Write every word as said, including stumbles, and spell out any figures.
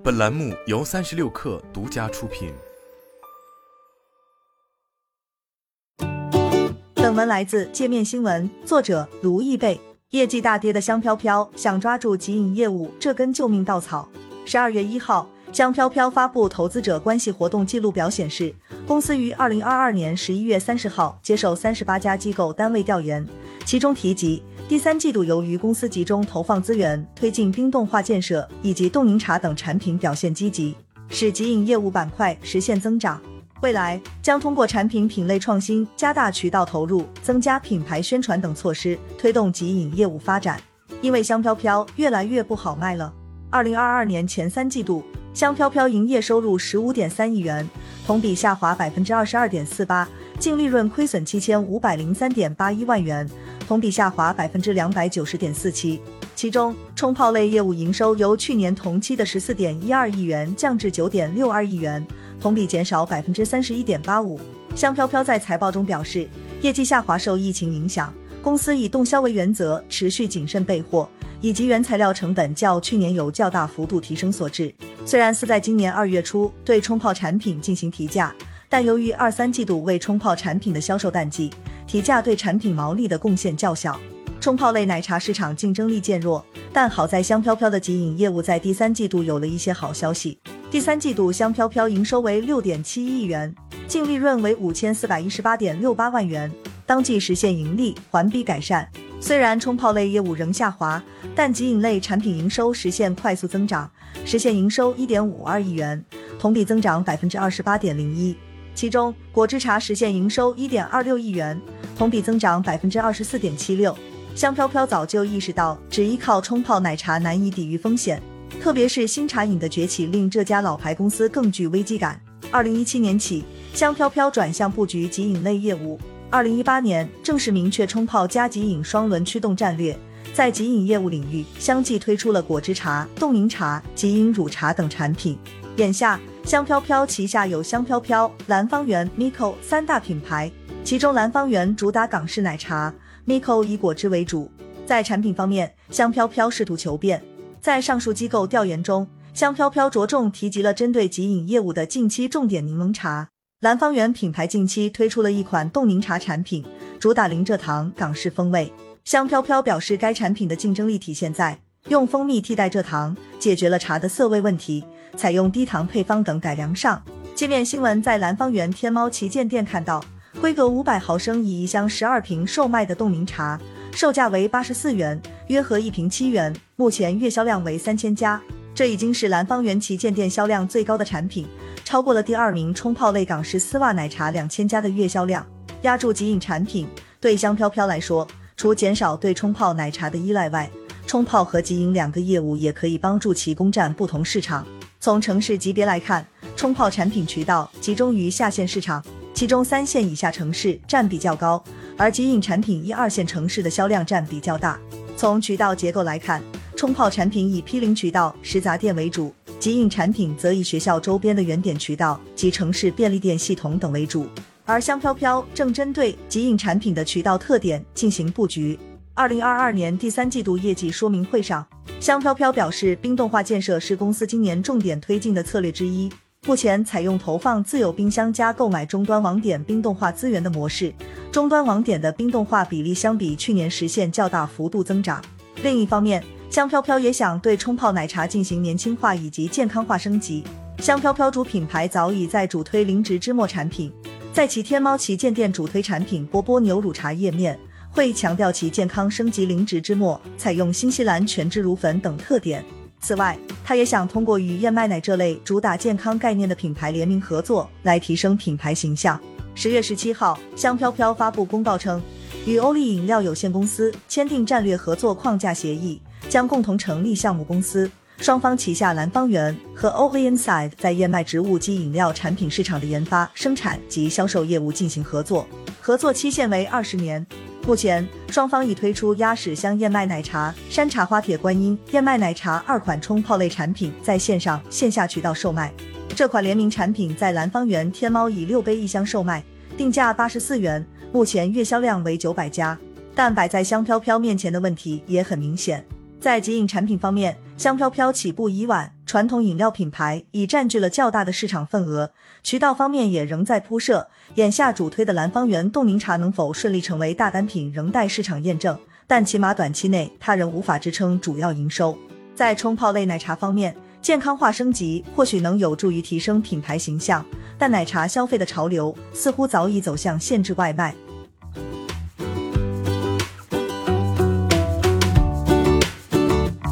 本栏目由三十六氪独家出品。 本文来自界面新闻，作者卢毅贝。业绩大跌的香飘飘想抓住即饮业务这根救命稻草。十二月一号，香飘飘发布投资者关系活动记录表显示，公司于二零二二年十一月三十号接受三十八家机构单位调研，其中提及第三季度由于公司集中投放资源推进冰冻化建设以及冻柠茶等产品表现积极，使即饮业务板块实现增长。未来将通过产品品类创新、加大渠道投入、增加品牌宣传等措施推动即饮业务发展。因为香飘飘越来越不好卖了。二零二二年前三季度，香飘飘营业收入 十五点三亿元，同比下滑 百分之二十二点四八， 净利润亏损 七千五百零三点八一万元，同比下滑 百分之二百九十点四七。其中冲泡类业务营收由去年同期的 十四点一二亿元降至 九点六二亿元，同比减少 百分之三十一点八五。 香飘飘在财报中表示，业绩下滑受疫情影响，公司以动销为原则持续谨慎备货，以及原材料成本较去年有较大幅度提升所致。虽然似在今年二月初对冲泡产品进行提价，但由于二三季度为冲泡产品的销售淡季，提价对产品毛利的贡献较小。冲泡类奶茶市场竞争力渐弱，但好在香飘飘的即饮业务在第三季度有了一些好消息。第三季度香飘飘营收为 六点七亿元，净利润为 五千四百一十八点六八万元，当季实现盈利，环比改善。虽然冲泡类业务仍下滑，但即饮类产品营收实现快速增长，实现营收 一点五二亿元，同比增长 百分之二十八点零一。其中果汁茶实现营收 一点二六亿元，同比增长 百分之二十四点七六。香飘飘早就意识到只依靠冲泡奶茶难以抵御风险，特别是新茶饮的崛起令这家老牌公司更具危机感。二零一七年起，香飘飘转向布局即饮类业务，二零一八年正式明确冲泡加即饮双轮驱动战略，在即饮业务领域相继推出了果汁茶、冻柠茶、即饮乳茶等产品。眼下香飘飘旗下有香飘飘、蓝方圆、Miko 三大品牌，其中蓝方圆主打港式奶茶， Miko 以果汁为主。在产品方面，香飘飘试图求变。在上述机构调研中，香飘飘着重提及了针对即饮业务的近期重点柠檬茶。蓝方圆品牌近期推出了一款冻柠茶产品，主打零蔗糖港式风味。香飘飘表示，该产品的竞争力体现在用蜂蜜替代蔗糖，解决了茶的涩味问题，采用低糖配方等改良上。界面新闻在蓝方圆天猫旗舰店看到，规格五百毫升以一箱十二瓶售卖的冻柠茶，售价为八十四元，约合一瓶七元，目前月销量为三千家。这已经是蓝方圆旗舰店销量最高的产品，超过了第二名冲泡类港式丝袜奶茶两千家的月销量。压住即饮产品，对香飘飘来说，除减少对冲泡奶茶的依赖外，冲泡和即饮两个业务也可以帮助其攻占不同市场。从城市级别来看，冲泡产品渠道集中于下线市场，其中三线以下城市占比较高，而即饮产品一二线城市的销量占比较大。从渠道结构来看，冲泡产品以批零渠道、食杂店为主，即饮产品则以学校周边的原点渠道及城市便利店系统等为主。而香飘飘正针对即饮产品的渠道特点进行布局。二零二二年第三季度业绩说明会上，香飘飘表示，冰冻化建设是公司今年重点推进的策略之一，目前采用投放自有冰箱加购买终端网点冰冻化资源的模式，终端网点的冰冻化比例相比去年实现较大幅度增长。另一方面，香飘飘也想对冲泡奶茶进行年轻化以及健康化升级。香飘飘主品牌早已在主推零脂芝末产品，在其天猫旗舰店主推产品波波牛乳茶页面会强调其健康升级零脂芝末，采用新西兰全脂乳粉等特点。此外，他也想通过与燕麦奶这类主打健康概念的品牌联名合作，来提升品牌形象。十月十七号，香飘飘发布公告称，与欧丽饮料有限公司签订战略合作框架协议，将共同成立项目公司，双方旗下蓝方圆和 O V Inside 在燕麦植物基饮料产品市场的研发、生产及销售业务进行合作，合作期限为二十年。目前双方已推出鸭屎香燕麦奶茶、山茶花铁观音燕麦奶茶二款冲泡类产品在线上线下渠道售卖。这款联名产品在蓝方圆天猫以六杯一箱售卖，定价八十四元，目前月销量为九百家。但摆在香飘飘面前的问题也很明显，在即饮产品方面，香飘飘起步已晚， 传统饮料品牌已占据了较大的市场份额，渠道方面也仍在铺设。眼下主推的蓝方圆冻柠茶能否顺利成为大单品仍待市场验证，但起码短期内它仍无法支撑主要营收。在冲泡类奶茶方面，健康化升级或许能有助于提升品牌形象，但奶茶消费的潮流似乎早已走向限制外卖。